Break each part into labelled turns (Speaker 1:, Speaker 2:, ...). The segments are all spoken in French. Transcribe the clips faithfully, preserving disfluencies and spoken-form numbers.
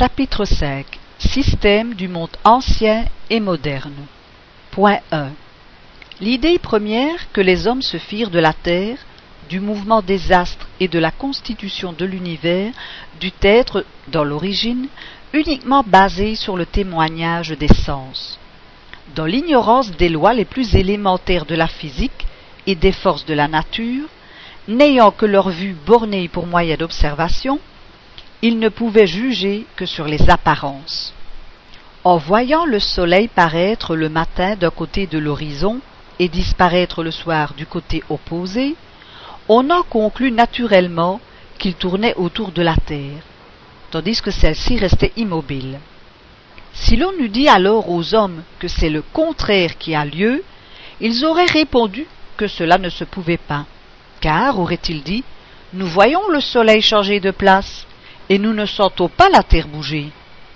Speaker 1: Chapitre cinq. Système du monde ancien et moderne. Point un. L'idée première que les hommes se firent de la Terre, du mouvement des astres et de la constitution de l'univers dut être, dans l'origine, uniquement basée sur le témoignage des sens. Dans l'ignorance des lois les plus élémentaires de la physique et des forces de la nature, n'ayant que leur vue bornée pour moyen d'observation, ils ne pouvaient juger que sur les apparences. En voyant le soleil paraître le matin d'un côté de l'horizon et disparaître le soir du côté opposé, on en conclut naturellement qu'il tournait autour de la Terre, tandis que celle-ci restait immobile. Si l'on eût dit alors aux hommes que c'est le contraire qui a lieu, ils auraient répondu que cela ne se pouvait pas, car, auraient-ils dit, nous voyons le soleil changer de place, et nous ne sentons pas la terre bouger.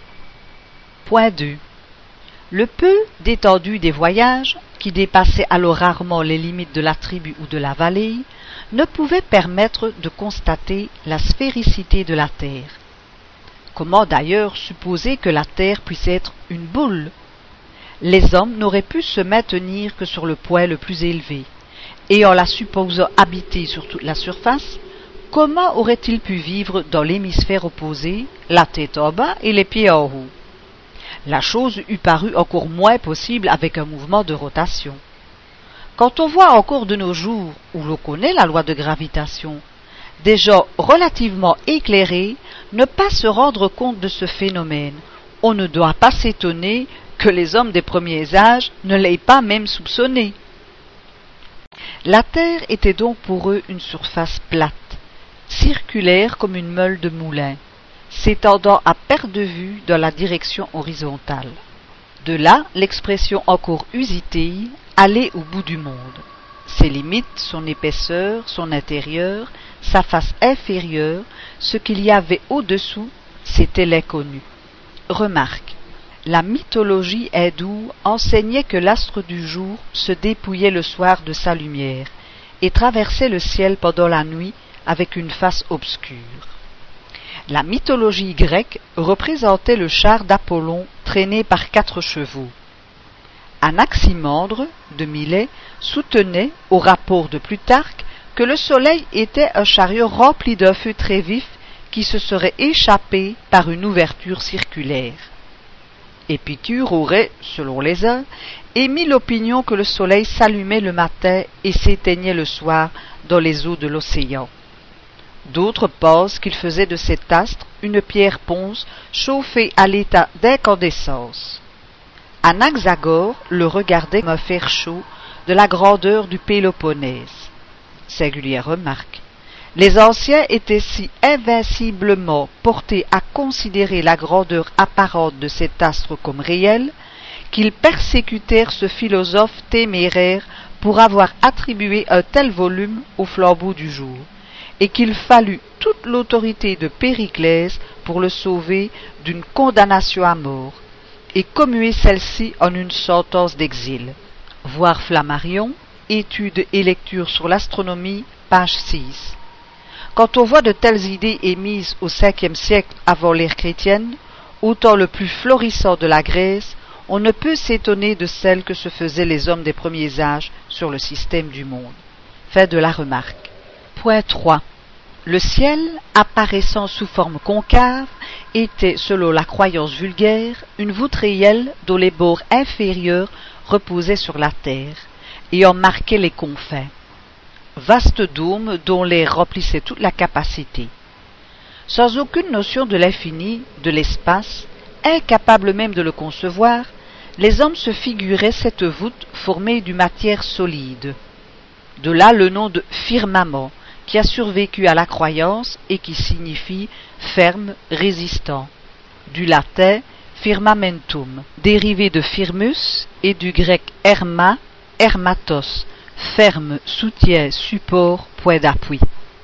Speaker 1: Point deux. Le peu d'étendue des voyages, qui dépassaient alors rarement les limites de la tribu ou de la vallée, ne pouvait permettre de constater la sphéricité de la Terre. Comment d'ailleurs supposer que la Terre puisse être une boule? Les hommes n'auraient pu se maintenir que sur le point le plus élevé, et en la supposant habiter sur toute la surface, comment auraient-ils pu vivre dans l'hémisphère opposé, la tête en bas et les pieds en haut? La chose eût paru encore moins possible avec un mouvement de rotation. Quand on voit encore de nos jours, où l'on connaît la loi de gravitation, des gens relativement éclairés ne pas se rendre compte de ce phénomène, on ne doit pas s'étonner que les hommes des premiers âges ne l'aient pas même soupçonné. La Terre était donc pour eux une surface plate, circulaire comme une meule de moulin, s'étendant à perte de vue dans la direction horizontale. De là l'expression encore usitée « aller au bout du monde ». Ses limites, son épaisseur, son intérieur, sa face inférieure, ce qu'il y avait au-dessous, c'était l'inconnu. Remarque, la mythologie hindoue enseignait que l'astre du jour se dépouillait le soir de sa lumière et traversait le ciel pendant la nuit avec une face obscure. La mythologie grecque représentait le char d'Apollon traîné par quatre chevaux. Anaximandre de Milet soutenait, au rapport de Plutarque, que le soleil était un chariot rempli d'un feu très vif qui se serait échappé par une ouverture circulaire. Épicure aurait, selon les uns, émis l'opinion que le soleil s'allumait le matin et s'éteignait le soir dans les eaux de l'océan. D'autres pensent qu'il faisait de cet astre une pierre ponce chauffée à l'état d'incandescence. Anaxagore le regardait comme un fer chaud de la grandeur du Péloponnèse. Singulière remarque. Les anciens étaient si invinciblement portés à considérer la grandeur apparente de cet astre comme réel, qu'ils persécutèrent ce philosophe téméraire pour avoir attribué un tel volume au flambeau du jour, et qu'il fallut toute l'autorité de Périclès pour le sauver d'une condamnation à mort, et commuer celle-ci en une sentence d'exil. Voir Flammarion, Études et lectures sur l'astronomie, page six. Quand on voit de telles idées émises au cinquième siècle avant l'ère chrétienne, au temps le plus florissant de la Grèce, on ne peut s'étonner de celles que se faisaient les hommes des premiers âges sur le système du monde. Fin de la remarque. Point trois. Le ciel, apparaissant sous forme concave, était, selon la croyance vulgaire, une voûte réelle dont les bords inférieurs reposaient sur la terre, et en marquaient les confins. Vaste dôme dont l'air remplissait toute la capacité. Sans aucune notion de l'infini, de l'espace, incapable même de le concevoir, les hommes se figuraient cette voûte formée d'une matière solide. De là le nom de firmament, qui a survécu à la croyance et qui signifie ferme, résistant. Du latin firmamentum, dérivé de firmus et du grec herma, hermatos, ferme, soutien, support, point d'appui.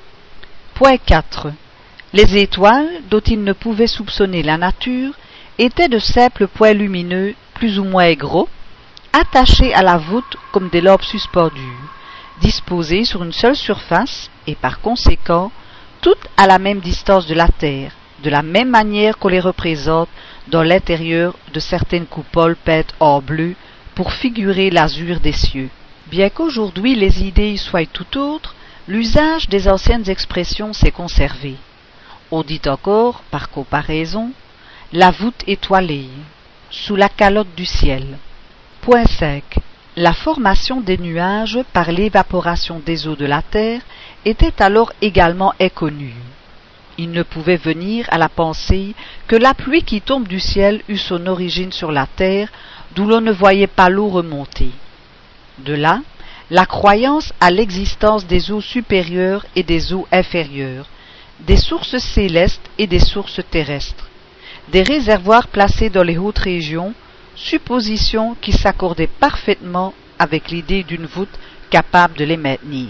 Speaker 1: Point quatre. Les étoiles, dont ils ne pouvaient soupçonner la nature, étaient de simples points lumineux, plus ou moins gros, attachés à la voûte comme des lampes suspendues, disposées sur une seule surface, et par conséquent, toutes à la même distance de la Terre, de la même manière qu'on les représente dans l'intérieur de certaines coupoles peintes en bleu pour figurer l'azur des cieux. Bien qu'aujourd'hui les idées soient tout autres, l'usage des anciennes expressions s'est conservé. On dit encore, par comparaison, la voûte étoilée, sous la calotte du ciel. Point cinq. La formation des nuages par l'évaporation des eaux de la terre était alors également inconnue. Il ne pouvait venir à la pensée que la pluie qui tombe du ciel eût son origine sur la terre, d'où l'on ne voyait pas l'eau remonter. De là, la croyance à l'existence des eaux supérieures et des eaux inférieures, des sources célestes et des sources terrestres, des réservoirs placés dans les hautes régions, supposition qui s'accordait parfaitement avec l'idée d'une voûte capable de les maintenir.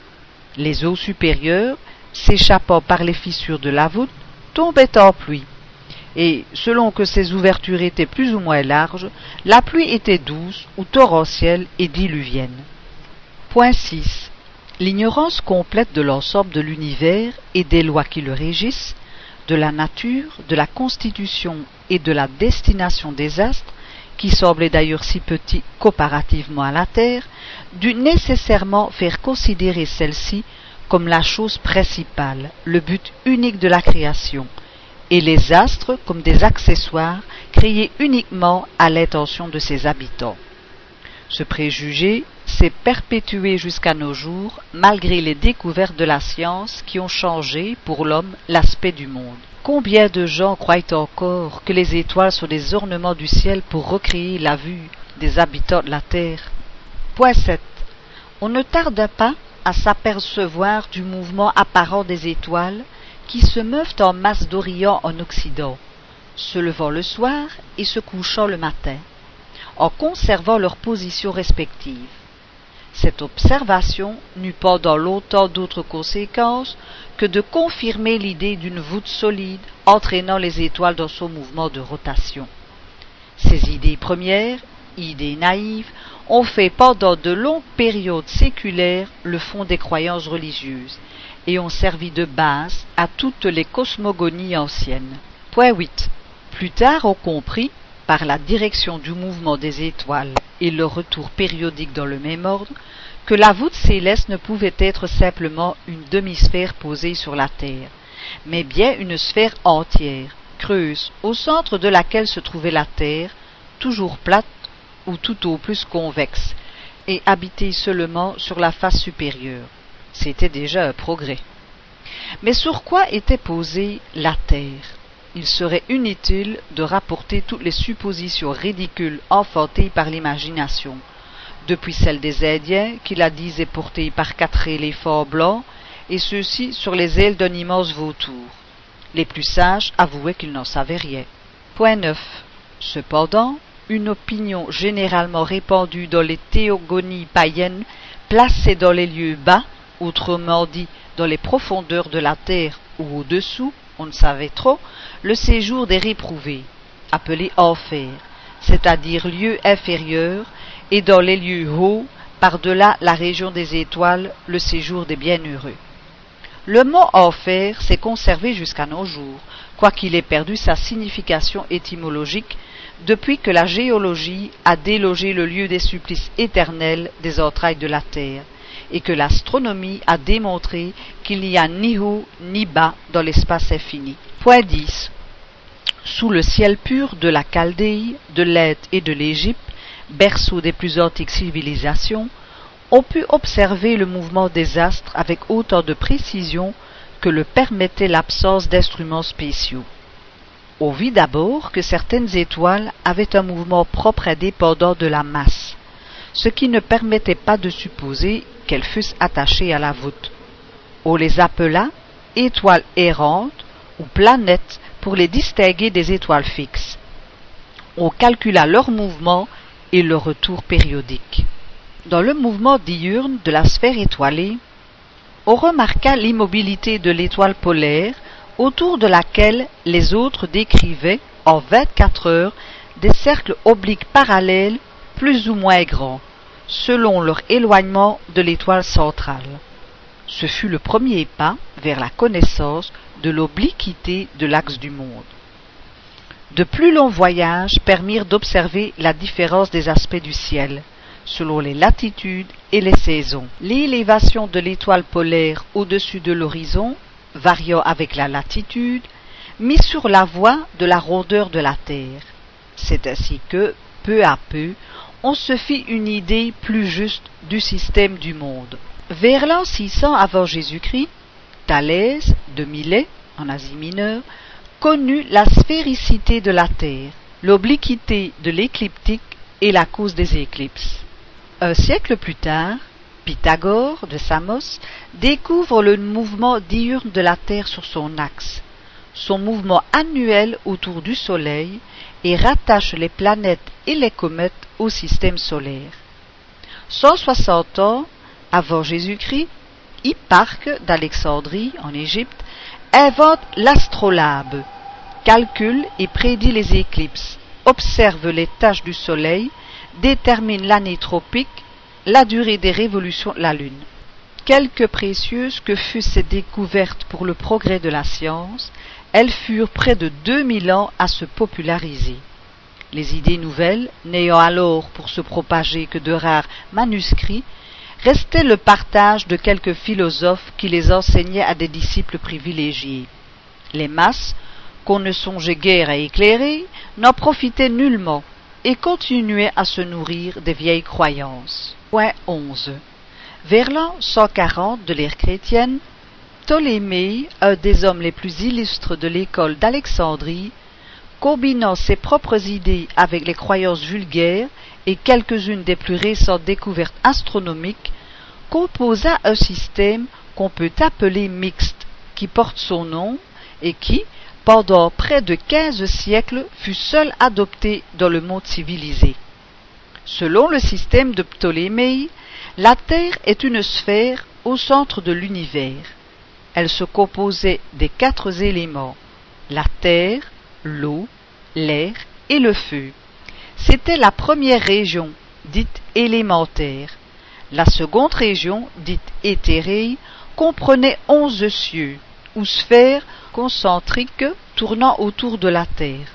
Speaker 1: Les eaux supérieures, s'échappant par les fissures de la voûte, tombaient en pluie, et selon que ces ouvertures étaient plus ou moins larges, la pluie était douce ou torrentielle et diluvienne. Point six. L'ignorance complète de l'ensemble de l'univers et des lois qui le régissent, de la nature, de la constitution et de la destination des astres, qui semblaient d'ailleurs si petits comparativement à la Terre, dut nécessairement faire considérer celle-ci comme la chose principale, le but unique de la création, et les astres comme des accessoires créés uniquement à l'intention de ses habitants. Ce préjugé s'est perpétué jusqu'à nos jours, malgré les découvertes de la science qui ont changé, pour l'homme, l'aspect du monde. Combien de gens croient encore que les étoiles sont des ornements du ciel pour recréer la vue des habitants de la terre? Point sept. On ne tarde pas à s'apercevoir du mouvement apparent des étoiles qui se meuvent en masse d'Orient en Occident, se levant le soir et se couchant le matin, en conservant leurs positions respectives. Cette observation n'eut pendant longtemps d'autre conséquence que de confirmer l'idée d'une voûte solide entraînant les étoiles dans son mouvement de rotation. Ces idées premières, idées naïves, ont fait pendant de longues périodes séculaires le fond des croyances religieuses et ont servi de base à toutes les cosmogonies anciennes. Point huit. Plus tard on comprit, par la direction du mouvement des étoiles et leur retour périodique dans le même ordre, que la voûte céleste ne pouvait être simplement une demi-sphère posée sur la Terre, mais bien une sphère entière, creuse, au centre de laquelle se trouvait la Terre, toujours plate ou tout au plus convexe, et habitée seulement sur la face supérieure. C'était déjà un progrès. Mais sur quoi était posée la Terre? Il serait inutile de rapporter toutes les suppositions ridicules enfantées par l'imagination, depuis celles des Indiens qui la disaient portée par quatre éléphants blancs, et ceux-ci sur les ailes d'un immense vautour. Les plus sages avouaient qu'ils n'en savaient rien. Point neuf. Cependant, une opinion généralement répandue dans les théogonies païennes plaçait dans les lieux bas, autrement dit dans les profondeurs de la terre ou au-dessous, on ne savait trop, le séjour des réprouvés, appelé enfer, c'est-à-dire lieu inférieur, et dans les lieux hauts, par-delà la région des étoiles, le séjour des bienheureux. Le mot enfer s'est conservé jusqu'à nos jours, quoiqu'il ait perdu sa signification étymologique depuis que la géologie a délogé le lieu des supplices éternels des entrailles de la terre, et que l'astronomie a démontré qu'il n'y a ni haut ni bas dans l'espace infini. Point dix. Sous le ciel pur de la Chaldée, de l'Inde et de l'Égypte, berceau des plus antiques civilisations, on put observer le mouvement des astres avec autant de précision que le permettait l'absence d'instruments spéciaux. On vit d'abord que certaines étoiles avaient un mouvement propre indépendant de la masse, ce qui ne permettait pas de supposer qu'elles fussent attachées à la voûte. On les appela étoiles errantes ou planètes pour les distinguer des étoiles fixes. On calcula leur mouvement et leur retour périodique. Dans le mouvement diurne de la sphère étoilée, on remarqua l'immobilité de l'étoile polaire autour de laquelle les autres décrivaient en vingt-quatre heures des cercles obliques parallèles plus ou moins grands, selon leur éloignement de l'étoile centrale. Ce fut le premier pas vers la connaissance de l'obliquité de l'axe du monde. De plus longs voyages permirent d'observer la différence des aspects du ciel, selon les latitudes et les saisons. L'élévation de l'étoile polaire au-dessus de l'horizon, variant avec la latitude, mit sur la voie de la rondeur de la Terre. C'est ainsi que, peu à peu, on se fit une idée plus juste du système du monde. Vers l'an six cents avant Jésus-Christ, Thalès de Milet, en Asie mineure, connut la sphéricité de la Terre, l'obliquité de l'écliptique et la cause des éclipses. Un siècle plus tard, Pythagore de Samos découvre le mouvement diurne de la Terre sur son axe, son mouvement annuel autour du Soleil, et rattache les planètes et les comètes au système solaire. cent soixante ans avant Jésus-Christ, Hipparque d'Alexandrie, en Égypte, invente l'astrolabe, calcule et prédit les éclipses, observe les tâches du Soleil, détermine l'année tropique, la durée des révolutions de la Lune. Quelque précieuses que fussent ces découvertes pour le progrès de la science, elles furent près de deux mille ans à se populariser. Les idées nouvelles, n'ayant alors pour se propager que de rares manuscrits, restait le partage de quelques philosophes qui les enseignaient à des disciples privilégiés. Les masses, qu'on ne songeait guère à éclairer, n'en profitaient nullement et continuaient à se nourrir des vieilles croyances. Point onze. Vers l'an cent quarante de l'ère chrétienne, Ptolémée, un des hommes les plus illustres de l'école d'Alexandrie, combinant ses propres idées avec les croyances vulgaires et quelques-unes des plus récentes découvertes astronomiques, composa un système qu'on peut appeler mixte, qui porte son nom et qui, pendant près de quinze siècles, fut seul adopté dans le monde civilisé. Selon le système de Ptolémée, la Terre est une sphère au centre de l'univers. Elle se composait des quatre éléments, la terre, l'eau, l'air et le feu. C'était la première région, dite élémentaire. La seconde région, dite éthérée, comprenait onze cieux, ou sphères concentriques tournant autour de la Terre,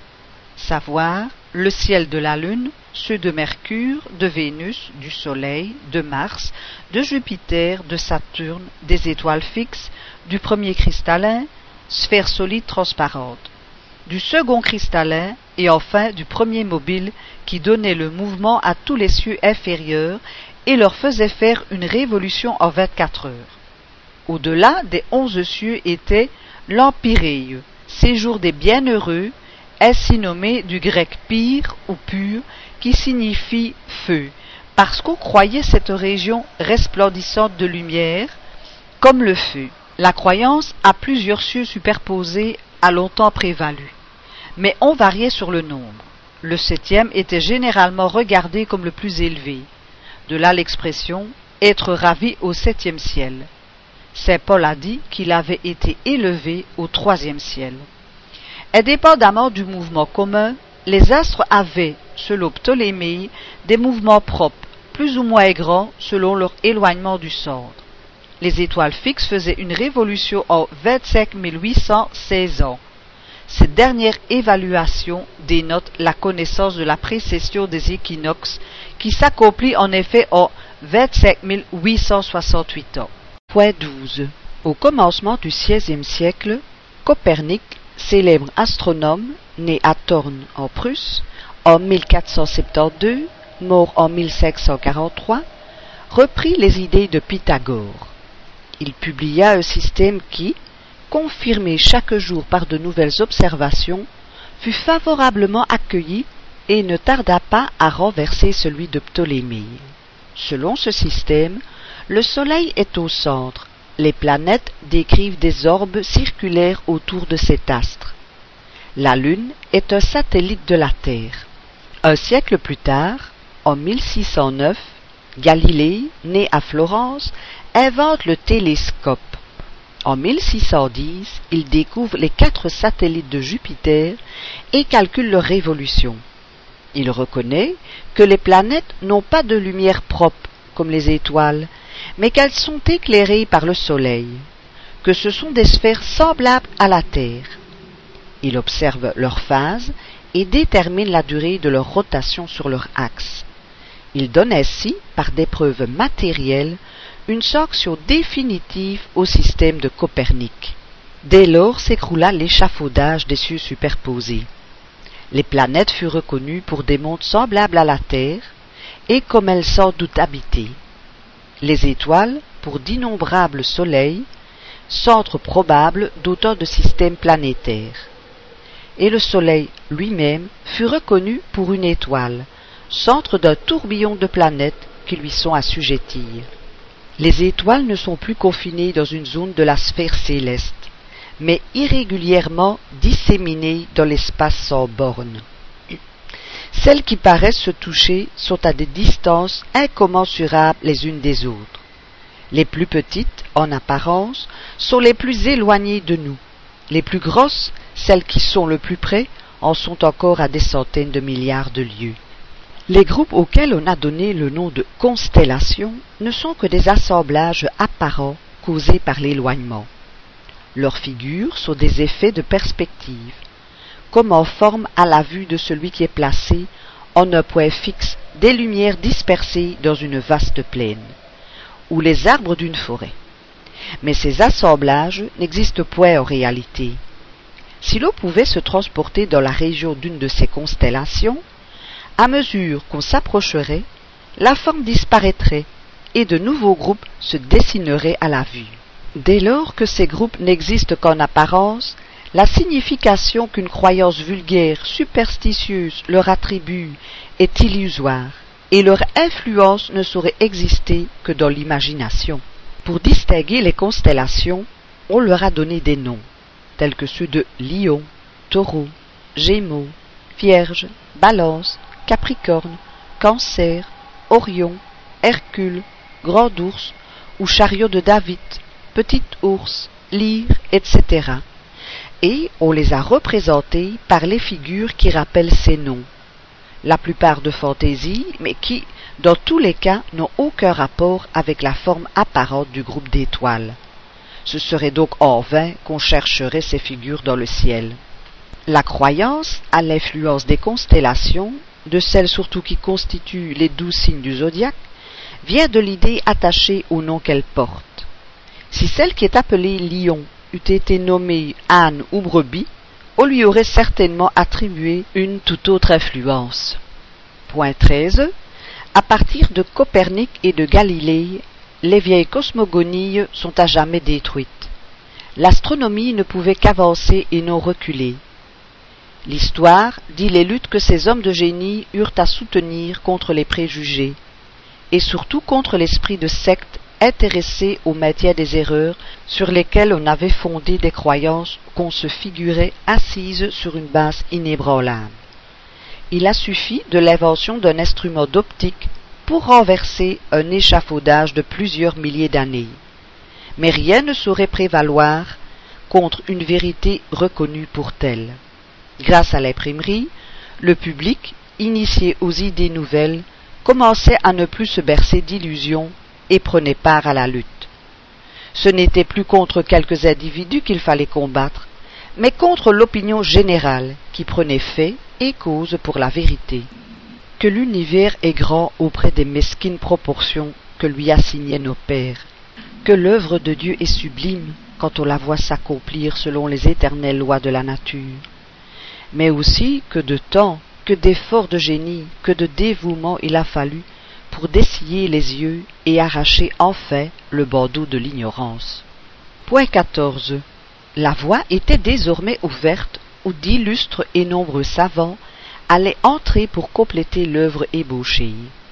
Speaker 1: savoir le ciel de la Lune, ceux de Mercure, de Vénus, du Soleil, de Mars, de Jupiter, de Saturne, des étoiles fixes, du premier cristallin, sphère solide transparente, du second cristallin et enfin du premier mobile qui donnait le mouvement à tous les cieux inférieurs et leur faisait faire une révolution en vingt-quatre heures. Au-delà des onze cieux était l'Empyrée, séjour des bienheureux, ainsi nommé du grec pyr ou pur, qui signifie feu, parce qu'on croyait cette région resplendissante de lumière, comme le feu. La croyance à plusieurs cieux superposés a longtemps prévalu, mais on variait sur le nombre. Le septième était généralement regardé comme le plus élevé. De là l'expression « être ravi au septième ciel ». Saint Paul a dit qu'il avait été élevé au troisième ciel. Indépendamment du mouvement commun, les astres avaient, selon Ptolémée, des mouvements propres, plus ou moins grands selon leur éloignement du centre. Les étoiles fixes faisaient une révolution en vingt-cinq mille huit cent seize ans. Cette dernière évaluation dénote la connaissance de la précession des équinoxes qui s'accomplit en effet en vingt-cinq mille huit cent soixante-huit ans. Point douze. Au commencement du seizième siècle, Copernic, célèbre astronome, né à Thorn en Prusse, en mille quatre cent soixante-douze, mort en mille cinq cent quarante-trois, reprit les idées de Pythagore. Il publia un système qui, confirmé chaque jour par de nouvelles observations, fut favorablement accueilli et ne tarda pas à renverser celui de Ptolémée. Selon ce système, le Soleil est au centre, les planètes décrivent des orbes circulaires autour de cet astre. La Lune est un satellite de la Terre. Un siècle plus tard, en mille six cent neuf, Galilée, né à Florence, invente le télescope. En mille six cent dix, il découvre les quatre satellites de Jupiter et calcule leur révolution. Il reconnaît que les planètes n'ont pas de lumière propre, comme les étoiles, mais qu'elles sont éclairées par le soleil, que ce sont des sphères semblables à la Terre. Il observe leurs phases et détermine la durée de leur rotation sur leur axe. Il donne ainsi, par des preuves matérielles, une sanction définitive au système de Copernic. Dès lors s'écroula l'échafaudage des cieux superposés. Les planètes furent reconnues pour des mondes semblables à la Terre, et comme elles sans doute habitées. Les étoiles pour d'innombrables soleils, centres probables d'autant de systèmes planétaires. Et le Soleil lui-même fut reconnu pour une étoile, centre d'un tourbillon de planètes qui lui sont assujetties. Les étoiles ne sont plus confinées dans une zone de la sphère céleste, mais irrégulièrement disséminées dans l'espace sans bornes. Celles qui paraissent se toucher sont à des distances incommensurables les unes des autres. Les plus petites, en apparence, sont les plus éloignées de nous. Les plus grosses, celles qui sont le plus près, en sont encore à des centaines de milliards de lieues. Les groupes auxquels on a donné le nom de constellations ne sont que des assemblages apparents causés par l'éloignement. Leurs figures sont des effets de perspective, comme en forme à la vue de celui qui est placé en un point fixe des lumières dispersées dans une vaste plaine, ou les arbres d'une forêt. Mais ces assemblages n'existent point en réalité. Si l'on pouvait se transporter dans la région d'une de ces constellations, à mesure qu'on s'approcherait, la forme disparaîtrait et de nouveaux groupes se dessineraient à la vue. Dès lors que ces groupes n'existent qu'en apparence, la signification qu'une croyance vulgaire, superstitieuse leur attribue est illusoire, et leur influence ne saurait exister que dans l'imagination. Pour distinguer les constellations, on leur a donné des noms, tels que ceux de Lion, Taureau, Gémeaux, Vierge, Balance, Capricorne, Cancer, Orion, Hercule, Grand Ours ou Chariot de David, Petit Ours, Lyre, et cetera. Et on les a représentés par les figures qui rappellent ces noms, la plupart de fantaisie, mais qui, dans tous les cas, n'ont aucun rapport avec la forme apparente du groupe d'étoiles. Ce serait donc en vain qu'on chercherait ces figures dans le ciel. La croyance à l'influence des constellations, de celles surtout qui constituent les douze signes du zodiaque, vient de l'idée attachée au nom qu'elle porte. Si celle qui est appelée Lion eût été nommée âne ou brebis, on lui aurait certainement attribué une toute autre influence. Point treize. À partir de Copernic et de Galilée, les vieilles cosmogonies sont à jamais détruites. L'astronomie ne pouvait qu'avancer et non reculer. L'histoire dit les luttes que ces hommes de génie eurent à soutenir contre les préjugés, et surtout contre l'esprit de secte intéressé au maintien des erreurs sur lesquelles on avait fondé des croyances qu'on se figurait assises sur une base inébranlable. Il a suffi de l'invention d'un instrument d'optique pour renverser un échafaudage de plusieurs milliers d'années. Mais rien ne saurait prévaloir contre une vérité reconnue pour telle. Grâce à l'imprimerie, le public, initié aux idées nouvelles, commençait à ne plus se bercer d'illusions et prenait part à la lutte. Ce n'était plus contre quelques individus qu'il fallait combattre, mais contre l'opinion générale qui prenait fait et cause pour la vérité. Que l'univers est grand auprès des mesquines proportions que lui assignaient nos pères, que l'œuvre de Dieu est sublime quand on la voit s'accomplir selon les éternelles lois de la nature, mais aussi que de temps, que d'efforts de génie, que de dévouement il a fallu pour dessiller les yeux et arracher enfin le bandeau de l'ignorance. Point quatorze. La voie était désormais ouverte où d'illustres et nombreux savants allaient entrer pour compléter l'œuvre ébauchée.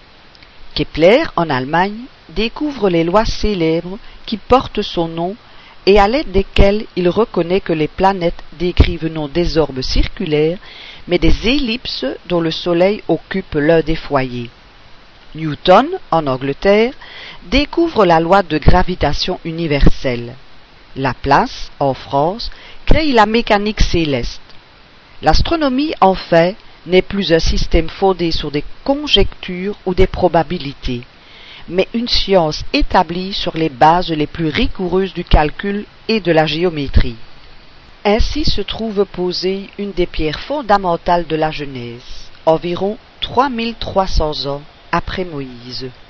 Speaker 1: Kepler, en Allemagne, découvre les lois célèbres qui portent son nom et à l'aide desquelles il reconnaît que les planètes décrivent non des orbes circulaires, mais des ellipses dont le Soleil occupe l'un des foyers. Newton, en Angleterre, découvre la loi de gravitation universelle. Laplace, en France, crée la mécanique céleste. L'astronomie, enfin, n'est plus un système fondé sur des conjectures ou des probabilités, mais une science établie sur les bases les plus rigoureuses du calcul et de la géométrie. Ainsi se trouve posée une des pierres fondamentales de la Genèse, environ trois mille trois cents ans après Moïse.